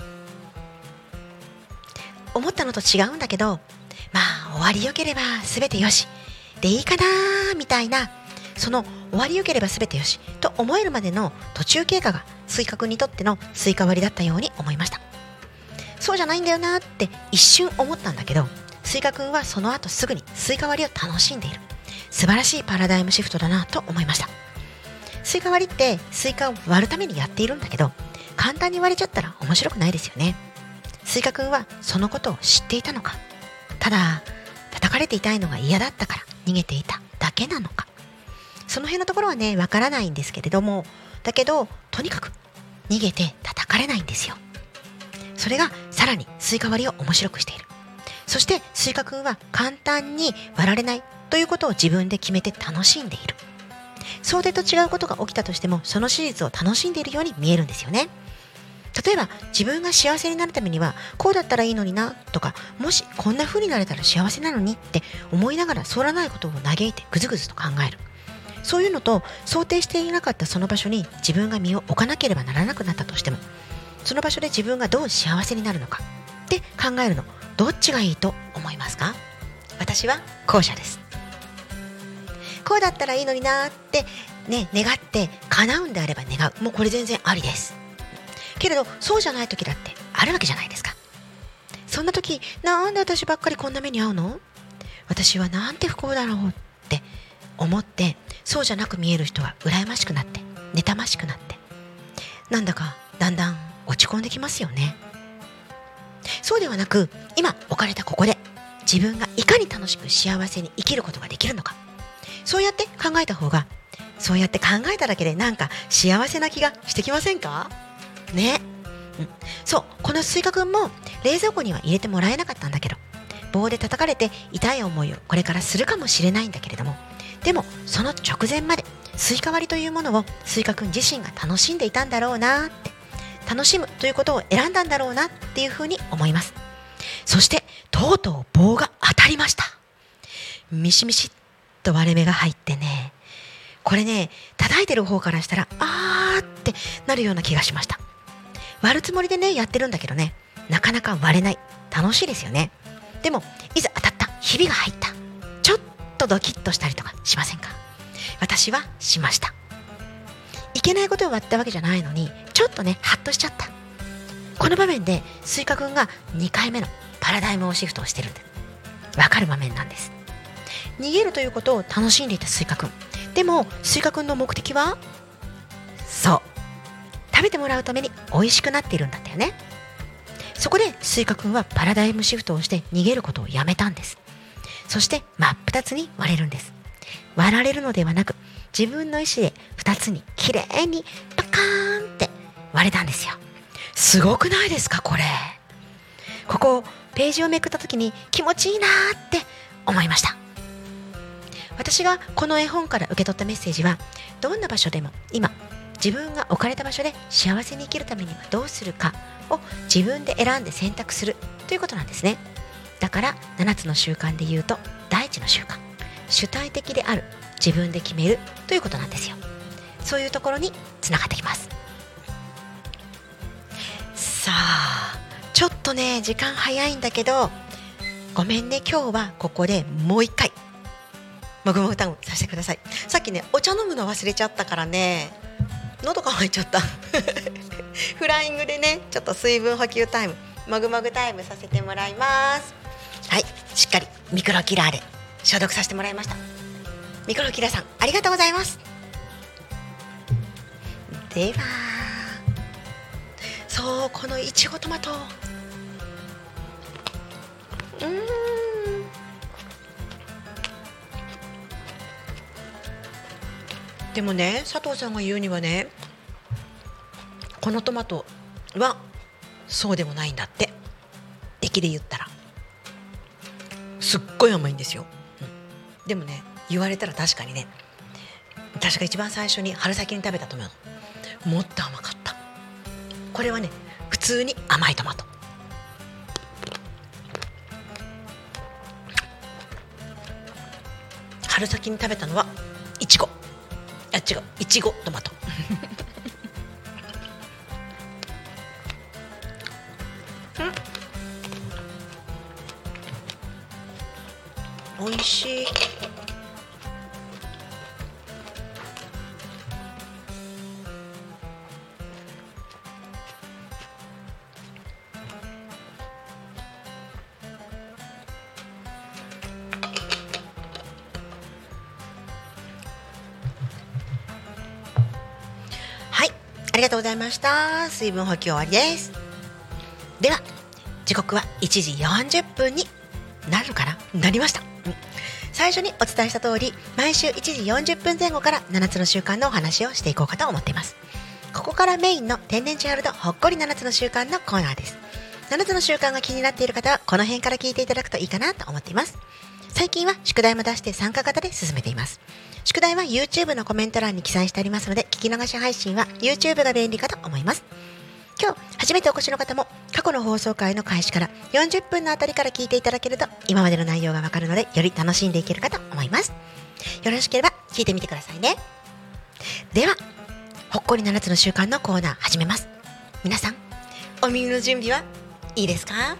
思ったのと違うんだけど、まあ終わりよければ全てよしでいいかなみたいな、その終わりよければ全てよしと思えるまでの途中経過がスイカくんにとってのスイカ割りだったように思いました。そうじゃないんだよなって一瞬思ったんだけど、スイカくんはその後すぐにスイカ割りを楽しんでいる。素晴らしいパラダイムシフトだなと思いました。スイカ割りってスイカを割るためにやっているんだけど、簡単に割れちゃったら面白くないですよね。 スイカくんはそのことを知っていたのか、ただ叩かれていたいのが嫌だったから逃げていただけなのか、その辺のところはねわからないんですけれども、だけどとにかく逃げて叩かれないんですよ。それがさらにスイカ割りを面白くしている。そしてスイカくんは簡単に割られないということを自分で決めて楽しんでいる。想定と違うことが起きたとしても、その史実を楽しんでいるように見えるんですよね。例えば自分が幸せになるためにはこうだったらいいのになとか、もしこんな風になれたら幸せなのにって思いながらそうらないことを嘆いてぐずぐずと考える。そういうのと、想定していなかったその場所に自分が身を置かなければならなくなったとしても、その場所で自分がどう幸せになるのかって考えるの、どっちがいいと思いますか？私は後者です。こうだったらいいのになってね、願って叶うんであれば願う、もうこれ全然ありです。けれどそうじゃない時だってあるわけじゃないですか。そんな時、なんで私ばっかりこんな目に遭うの？私はなんて不幸だろうって思って、そうじゃなく見える人は羨ましくなって、妬ましくなって、なんだかだんだん落ち込んできますよね。そうではなく、今置かれたここで自分がいかに楽しく幸せに生きることができるのか、そうやって考えた方が、そうやって考えただけでなんか幸せな気がしてきませんかね。うん、そう、このスイカくんも冷蔵庫には入れてもらえなかったんだけど、棒で叩かれて痛い思いをこれからするかもしれないんだけれども、でもその直前までスイカ割りというものをスイカくん自身が楽しんでいたんだろうなって、楽しむということを選んだんだろうなっていうふうに思います。そしてとうとう棒が当たりました。ミシミシっと割れ目が入ってね、これね、叩いてる方からしたらあーってなるような気がしました。割るつもりでねやってるんだけどね、なかなか割れない。楽しいですよね。でもいざ当たった、ひびが入った、ちょっとドキッとしたりとかしませんか？私はしました。いけないことを割ったわけじゃないのに、ちょっとねハッとしちゃった。この場面でスイカくんがにかいめのパラダイムをシフトをしてるんで、わかる場面なんです。逃げるということを楽しんでいたスイカくん、でもスイカくんの目的は、そう食べてもらうために美味しくなっているんだったよね。そこでスイカくんはパラダイムシフトをして逃げることをやめたんです。そして真っ二つに割れるんです。割られるのではなく、自分の意思で二つにきれいにパカーンって割れたんですよ。すごくないですかこれ。ここページをめくった時に気持ちいいなーって思いました。私がこの絵本から受け取ったメッセージは、どんな場所でも今自分が置かれた場所で幸せに生きるためにはどうするかを自分で選んで選択するということなんですね。だからななつの習慣で言うと、第一の習慣、主体的である、自分で決めるということなんですよ。そういうところにつながってきます。さあ、ちょっとね時間早いんだけど、ごめんね、今日はここでもう一回もぐもぐタウンさせてください。さっきねお茶飲むの忘れちゃったからね、喉乾いちゃったフライングでね、ちょっと水分補給タイム、もぐもぐタイムさせてもらいます。はい、しっかりミクロキラーで消毒させてもらいました。ミクロキラーさんありがとうございます。では、そう、このいちごトマト、うーんでもね、佐藤さんが言うにはね、このトマトはそうでもないんだって。出来で言ったらすっごい甘いんですよ、うん、でもね、言われたら確かにね、私が一番最初に春先に食べたトマト、もっと甘かった。これはね、普通に甘いトマト。春先に食べたのはいちご、あ、違う、いちごトマトうん、おいしい。ありがとうございました。水分補給終わりです。では時刻はいちじよんじゅっぷんになるかななりました、うん、最初にお伝えした通り、毎週いちじよんじゅっぷんぜん後からななつの習慣のお話をしていこうかと思っています。ここからメインの天然千春とほっこりななつの習慣のコーナーです。ななつの習慣が気になっている方はこの辺から聞いていただくといいかなと思っています。最近は宿題も出して参加型で進めています。宿題は YouTube のコメント欄に記載してありますので、聞き逃し配信は YouTube が便利かと思います。今日初めてお越しの方も過去の放送回の開始からよんじゅっぷんのあたりから聞いていただけると今までの内容がわかるので、より楽しんでいけるかと思います。よろしければ聞いてみてくださいね。ではほっこりななつの習慣のコーナー始めます。皆さんお耳の準備はいいですか？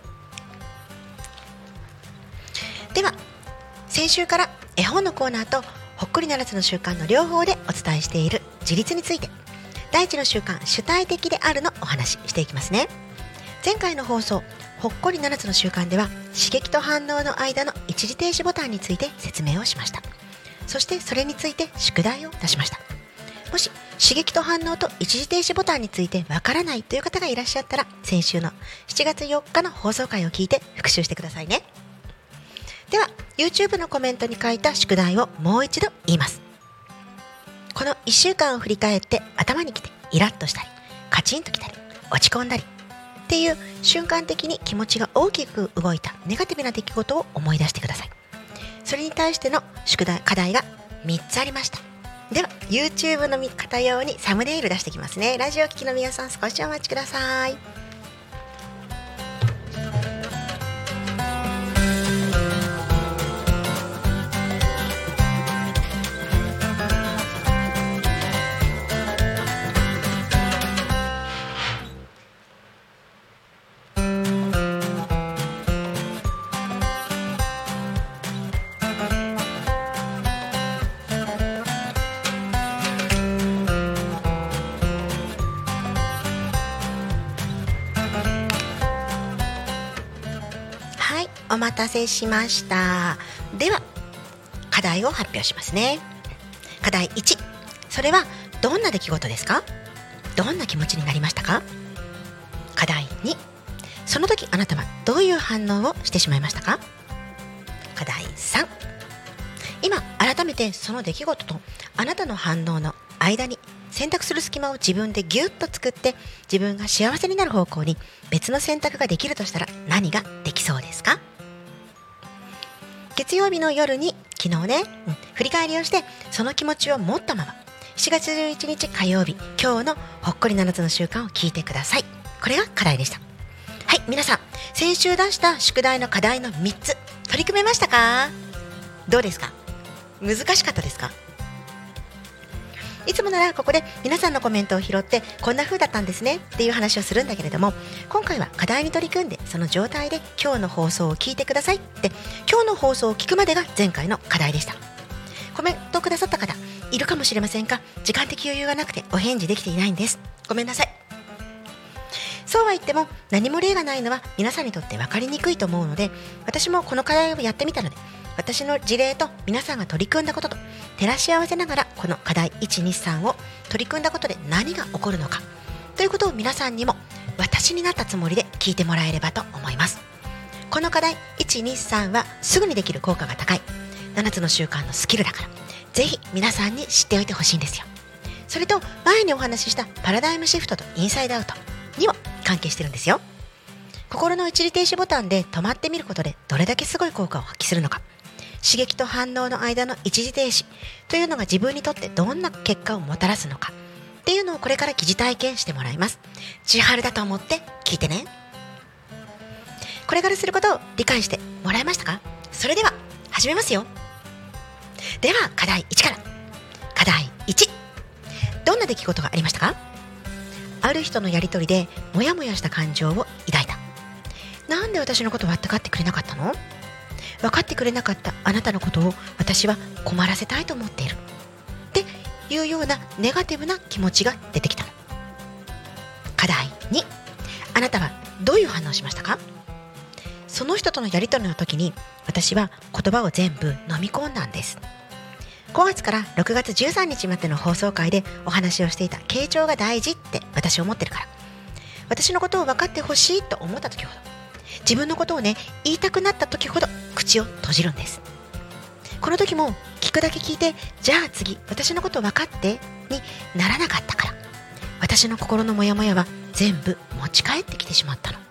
では先週から絵本のコーナーとほっこりななつの習慣の両方でお伝えしている自立について、第一の習慣主体的であるのお話ししていきますね。前回の放送ほっこりななつの習慣では刺激と反応の間の一時停止ボタンについて説明をしました。そしてそれについて宿題を出しました。もし刺激と反応と一時停止ボタンについてわからないという方がいらっしゃったら、先週のしちがつよっかの放送回を聞いて復習してくださいね。では YouTube のコメントに書いた宿題をもう一度言います。このいっしゅうかんを振り返って頭にきてイラッとしたりカチンときたり落ち込んだりっていう瞬間的に気持ちが大きく動いたネガティブな出来事を思い出してください。それに対しての宿題課題がみっつありました。では YouTube の方用にサムネイル出してきますね。ラジオ聴きの皆さん少しお待ちください。お待たせしました。では課題を発表しますね。課題いち、それはどんな出来事ですか？どんな気持ちになりましたか？課題に、その時あなたはどういう反応をしてしまいましたか？課題さん、今改めてその出来事とあなたの反応の間に選択する隙間を自分でギュッと作って、自分が幸せになる方向に別の選択ができるとしたら何ができそうですか？月曜日の夜に昨日ね、うん、振り返りをしてその気持ちを持ったまましちがつじゅういちにち火曜日、今日のほっこりななつの習慣を聞いてください。これが課題でした。はい、皆さん先週出した宿題の課題のみっつ取り組めましたか？どうですか？難しかったですか？いつもならここで皆さんのコメントを拾ってこんな風だったんですねっていう話をするんだけれども、今回は課題に取り組んでその状態で今日の放送を聞いてくださいって、今日の放送を聞くまでが前回の課題でした。コメントをくださった方いるかもしれませんが、時間的余裕がなくてお返事できていないんです。ごめんなさい。そうは言っても何も例がないのは皆さんにとって分かりにくいと思うので、私もこの課題をやってみたので、私の事例と皆さんが取り組んだことと照らし合わせながら、この課題いち、に、さんを取り組んだことで何が起こるのかということを皆さんにも私になったつもりで聞いてもらえればと思います。この課題いち、に、さんはすぐにできる効果が高いななつの習慣のスキルだから、ぜひ皆さんに知っておいてほしいんですよ。それと前にお話ししたパラダイムシフトとインサイドアウトにも関係してるんですよ。心の一時停止ボタンで止まってみることでどれだけすごい効果を発揮するのか、刺激と反応の間の一時停止というのが自分にとってどんな結果をもたらすのかっていうのをこれから疑似体験してもらいます。千春だと思って聞いてね。これからすることを理解してもらえましたか？それでは始めますよ。では課題いちから。課題いち、どんな出来事がありましたか？ある人のやりとりでモヤモヤした感情を抱いた。なんで私のことを分かってくれなかったの？分かってくれなかったあなたのことを私は困らせたいと思っているっていうようなネガティブな気持ちが出てきたの。課題に、あなたはどういう反応をしましたか？その人とのやり取りの時に私は言葉を全部飲み込んだんです。ごがつからろくがつじゅうさんにちまでの放送回でお話をしていた傾聴が大事って私は思ってるから、私のことを分かってほしいと思った時ほど自分のことをね言いたくなった時ほど口を閉じるんです。この時も聞くだけ聞いて、じゃあ次私のこと分かってにならなかったから、私の心のモヤモヤは全部持ち帰ってきてしまったの。はい、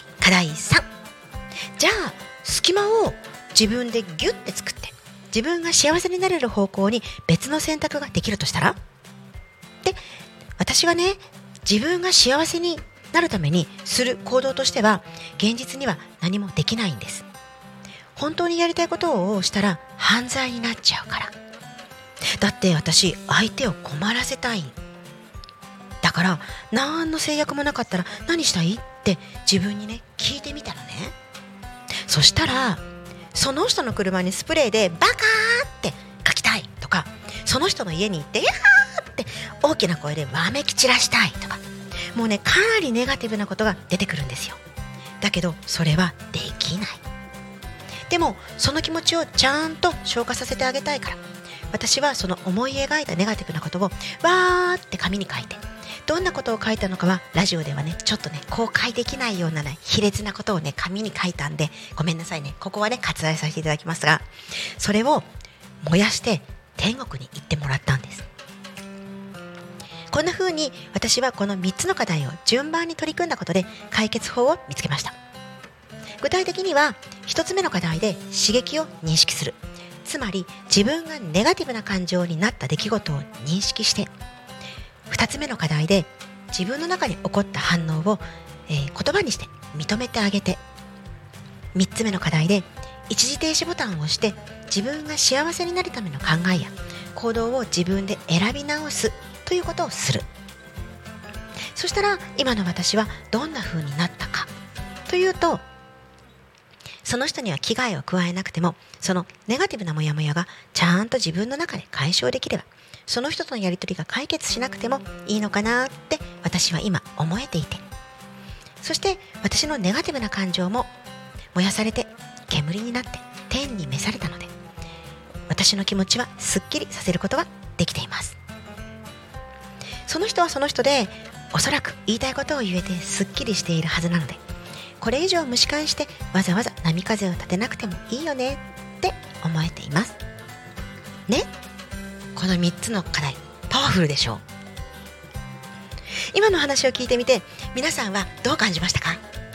課題さん。じゃあ隙間を自分でギュッて作って自分が幸せになれる方向に別の選択ができるとしたら、で私がね自分が幸せになるためにする行動としては現実には何もできないんです。本当にやりたいことをしたら犯罪になっちゃうから。だって私相手を困らせたい。だから何の制約もなかったら何したいって自分にね聞いてみたのね。そしたらその人の車にスプレーでバカーって書きたいとか、その人の家に行ってヤーって大きな声でわめき散らしたいとか、もうねかなりネガティブなことが出てくるんですよ。だけどそれはできない。でもその気持ちをちゃんと消化させてあげたいから、私はその思い描いたネガティブなことをわーって紙に書いて、どんなことを書いたのかはラジオではねちょっとね公開できないようなね卑劣なことをね紙に書いたんでごめんなさいね。ここはね割愛させていただきますが、それを燃やして天国に行ってもらったんです。こんな風に私はこのみっつの課題を順番に取り組んだことで解決法を見つけました。具体的にはひとつめの課題で刺激を認識する、つまり自分がネガティブな感情になった出来事を認識して、ふたつめの課題で自分の中に起こった反応を、えー、言葉にして認めてあげて、みっつめの課題で一時停止ボタンを押して自分が幸せになるための考えや行動を自分で選び直すということをする。そしたら今の私はどんな風になったかというと、その人には危害を加えなくてもそのネガティブなモヤモヤがちゃんと自分の中で解消できれば、その人とのやり取りが解決しなくてもいいのかなって私は今思えていて、そして私のネガティブな感情も燃やされて煙になって天に召されたので、私の気持ちはすっきりさせることができています。その人はその人でおそらく言いたいことを言えてすっきりしているはずなので、これ以上蒸し返してわざわざ波風を立てなくてもいいよねって思えていますね。このみっつの課題パワフルでしょう。今の話を聞いてみて皆さんはどう感じましたか？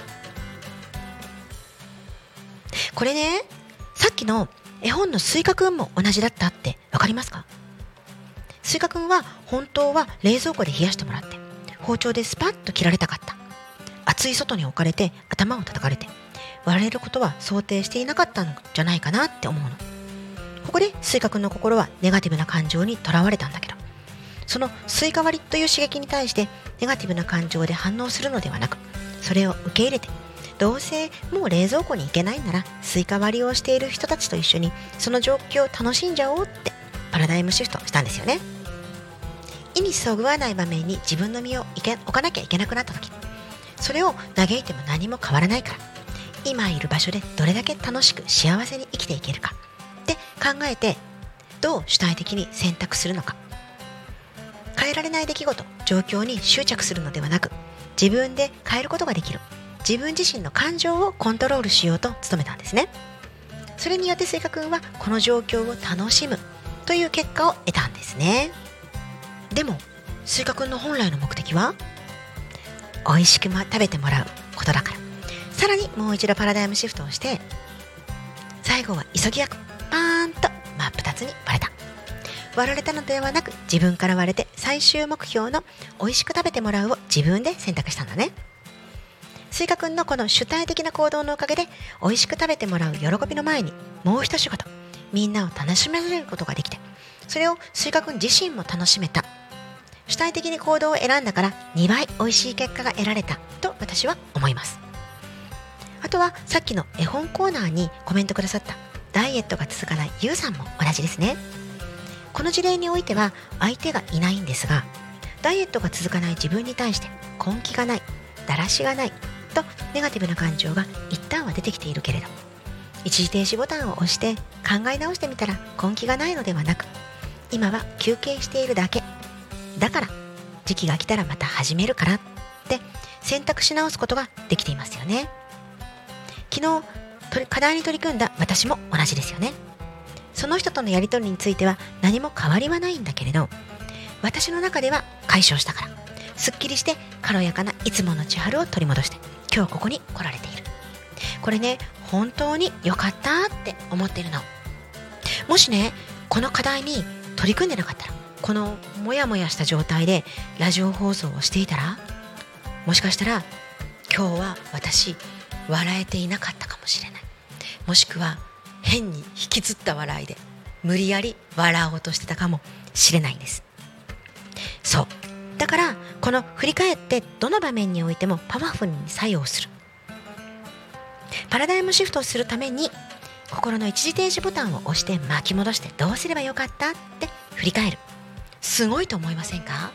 これね、さっきの絵本のスイカくんも同じだったってわかりますか？スイカくんは本当は冷蔵庫で冷やしてもらって包丁でスパッと切られたかった。暑い外に置かれて頭を叩かれて割られることは想定していなかったのじゃないかなって思うの。ここでスイカくんの心はネガティブな感情にとらわれたんだけど、そのスイカ割りという刺激に対してネガティブな感情で反応するのではなく、それを受け入れて、どうせもう冷蔵庫に行けないならスイカ割りをしている人たちと一緒にその状況を楽しんじゃおうってパラダイムシフトしたんですよね。意にそぐわない場面に自分の身を置かなきゃいけなくなった時、それを嘆いても何も変わらないから、今いる場所でどれだけ楽しく幸せに生きていけるかって考えて、どう主体的に選択するのか。変えられない出来事、状況に執着するのではなく、自分で変えることができる自分自身の感情をコントロールしようと努めたんですね。それによってスイカくんはこの状況を楽しむという結果を得たんですね。でもスイカくんの本来の目的は美味しく食べてもらうことだから、さらにもう一度パラダイムシフトをして、最後は急ぎよくパーンと真っ二つに割れた。割られたのではなく、自分から割れて最終目標の美味しく食べてもらうを自分で選択したんだね。スイカくんのこの主体的な行動のおかげで美味しく食べてもらう喜びの前に、もう一仕事、みんなを楽しめることができて、それをスイカくん自身も楽しめた。主体的に行動を選んだからにばい美味しい結果が得られたと私は思います。あとはさっきの絵本コーナーにコメントくださったダイエットが続かないゆうさんも同じですね。この事例においては相手がいないんですが、ダイエットが続かない自分に対して根気がない、だらしがないとネガティブな感情が一旦は出てきているけれど、一時停止ボタンを押して考え直してみたら根気がないのではなく、今は休憩しているだけだから、時期が来たらまた始めるからって選択し直すことができていますよね。昨日とり課題に取り組んだ私も同じですよね。その人とのやり取りについては何も変わりはないんだけれど、私の中では解消したからすっきりして軽やかないつもの千春を取り戻して今日ここに来られている。これね、本当に良かったって思っているの。もしね、この課題に取り組んでなかったら、このモヤモヤした状態でラジオ放送をしていたら、もしかしたら今日は私笑えていなかったかもしれない。もしくは変に引きつった笑いで無理やり笑おうとしてたかもしれないんです。そうだから、この振り返ってどの場面においてもパワフルに作用する、パラダイムシフトをするために心の一時停止ボタンを押して巻き戻して、どうすればよかったって振り返る。すごいと思いませんか？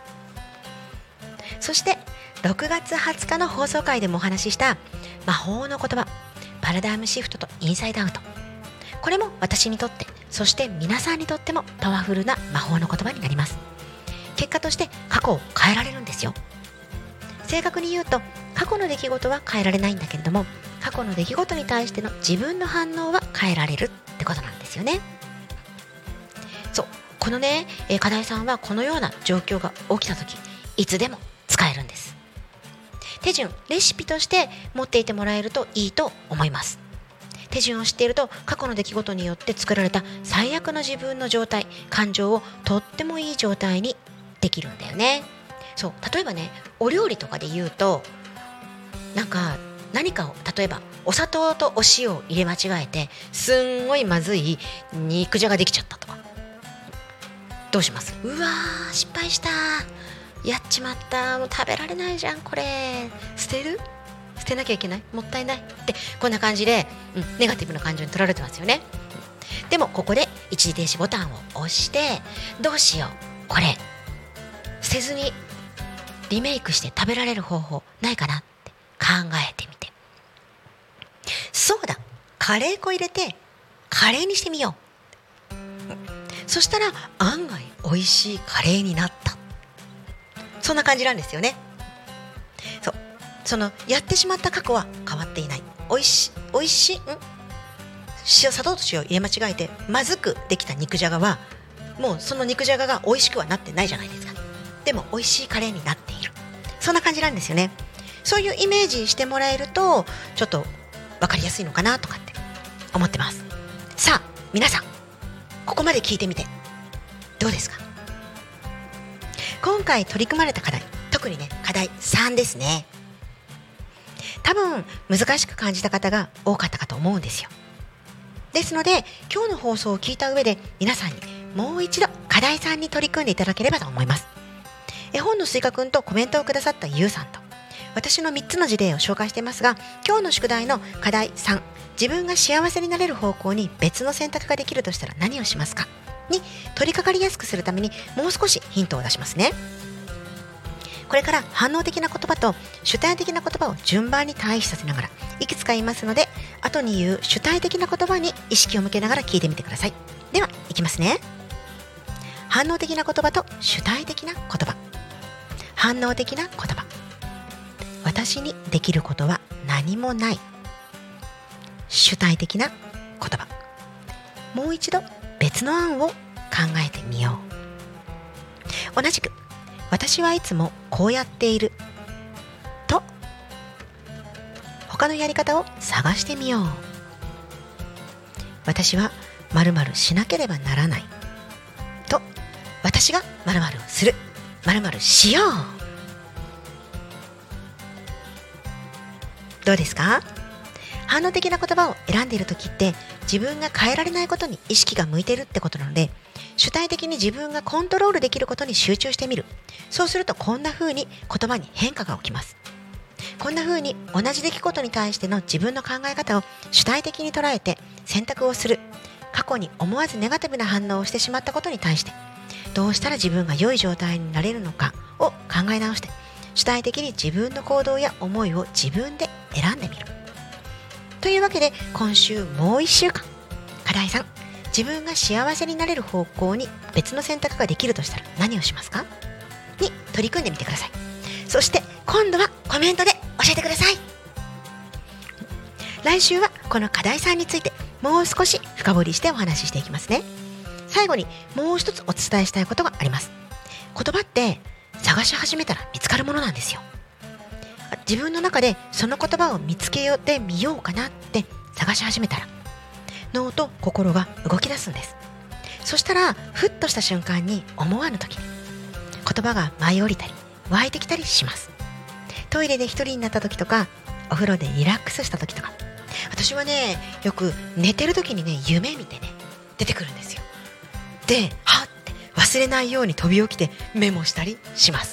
そしてろくがつはつかの放送回でもお話しした魔法の言葉、パラダイムシフトとインサイドアウト、これも私にとって、そして皆さんにとってもパワフルな魔法の言葉になります。結果として過去を変えられるんですよ。正確に言うと、過去の出来事は変えられないんだけれども、過去の出来事に対しての自分の反応は変えられるってことなんですよね。そう、このね、えー、課題さんはこのような状況が起きた時、いつでも使えるんです。手順、レシピとして持っていてもらえるといいと思います。手順を知っていると、過去の出来事によって作られた最悪の自分の状態、感情をとってもいい状態にできるんだよね。そう、例えばね、お料理とかで言うと、なんか何かを、例えばお砂糖とお塩を入れ間違えてすんごいまずい肉じゃができちゃったとか、どうします？うわー、失敗した、やっちまった、もう食べられないじゃん、これ捨てる？捨てなきゃいけない？もったいないって、こんな感じで、うん、ネガティブな感情に取られてますよね。でもここで一時停止ボタンを押して、どうしよう、これ捨てずにリメイクして食べられる方法ないかなって考えてみて、そうだ、カレー粉入れてカレーにしてみよう、そしたら案外美味しいカレーになった。そんな感じなんですよね。そう、そのやってしまった過去は変わっていない。美味しい美味しいん塩、砂糖と塩を入れ間違えてまずくできた肉じゃがは、もうその肉じゃがが美味しくはなってないじゃないですか。でも美味しいカレーになっている。そんな感じなんですよね。そういうイメージしてもらえるとちょっと分かりやすいのかなとかって思ってます。さあ皆さん、ここまで聞いてみてどうですか？今回取り組まれた課題、特にね課題さんですね。多分難しく感じた方が多かったかと思うんですよ。ですので今日の放送を聞いた上で、皆さんにもう一度課題さんに取り組んでいただければと思います。絵本のすいかくんとコメントをくださったゆうさんと、私のみっつの事例を紹介していますが、今日の宿題の課題さん、自分が幸せになれる方向に別の選択ができるとしたら何をしますかに取り掛かりやすくするために、もう少しヒントを出しますね。これから反応的な言葉と主体的な言葉を順番に対比させながらいくつか言いますので、後に言う主体的な言葉に意識を向けながら聞いてみてください。では、いきますね。反応的な言葉と主体的な言葉。反応的な言葉。私にできることは何もない。主体的な言葉。もう一度別の案を考えてみよう。同じく、私はいつもこうやっていると、他のやり方を探してみよう。私は〇〇しなければならないと、私が〇〇をする、〇〇しよう。どうですか？反応的な言葉を選んでいるときって、自分が変えられないことに意識が向いているってことなので、主体的に自分がコントロールできることに集中してみる。そうするとこんな風に言葉に変化が起きます。こんな風に同じ出来事に対しての自分の考え方を主体的に捉えて選択をする。過去に思わずネガティブな反応をしてしまったことに対して、どうしたら自分が良い状態になれるのかを考え直して、主体的に自分の行動や思いを自分で選んでみる。というわけで、今週もういっしゅうかん、課題さん、自分が幸せになれる方向に別の選択ができるとしたら何をしますかに取り組んでみてください。 そして今度はコメントで教えてください。来週はこの課題さんについてもう少し深掘りしてお話ししていきますね。最後にもう一つお伝えしたいことがあります。言葉って探し始めたら見つかるものなんですよ。自分の中でその言葉を見つけてみようかなって探し始めたら、脳と心が動き出すんです。そしたらふっとした瞬間に思わぬ時に言葉が舞い降りたり湧いてきたりします。トイレで一人になった時とか、お風呂でリラックスした時とか、私はね、よく寝てる時にね、夢見てね、出てくるんですよ。で、はって忘れないように飛び起きてメモしたりします。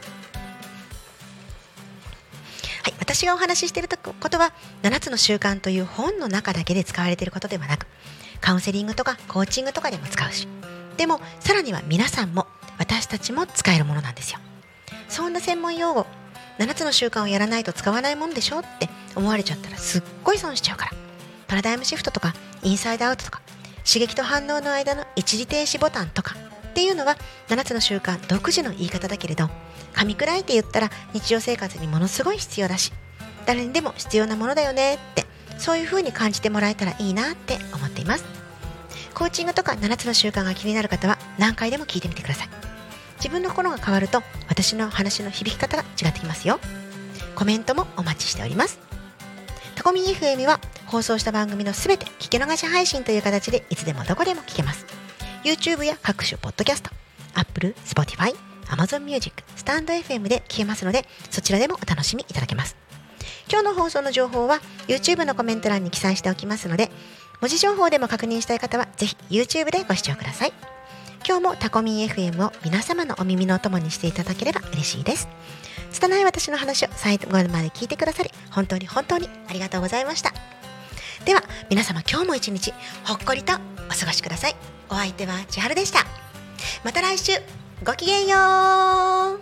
はい、私がお話ししていることはななつの習慣という本の中だけで使われていることではなく、カウンセリングとかコーチングとかでも使うし、でもさらには皆さんも私たちも使えるものなんですよ。そんな専門用語、ななつの習慣をやらないと使わないもんでしょって思われちゃったらすっごい損しちゃうから。パラダイムシフトとかインサイドアウトとか刺激と反応の間の一時停止ボタンとかっていうのはななつの習慣独自の言い方だけれど、噛み砕いて言ったら日常生活にものすごい必要だし、誰にでも必要なものだよねって、そういう風に感じてもらえたらいいなって思っています。コーチングとかななつの習慣が気になる方は何回でも聞いてみてください。自分の心が変わると私の話の響き方が違ってきますよ。コメントもお待ちしております。タコミン エフエム は放送した番組のすべて聞き逃し配信という形でいつでもどこでも聞けます。 YouTube や各種ポッドキャスト、 Apple、Spotify、 Amazon Music、 スタンド エフエム で聞けますので、そちらでもお楽しみいただけます。今日の放送の情報は YouTube のコメント欄に記載しておきますので、文字情報でも確認したい方はぜひ YouTube でご視聴ください。今日もタコミン エフエム を皆様のお耳のお供にしていただければ嬉しいです。拙い私の話を最後まで聞いてくださり本当に本当にありがとうございました。では皆様、今日も一日ほっこりとお過ごしください。お相手は千春でした。また来週、ごきげんよう。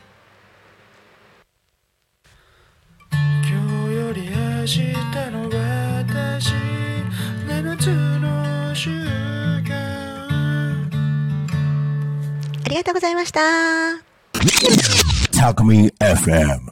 今日より明日の私、ななつの習慣。 ありがとうございました。 タコミン エフエム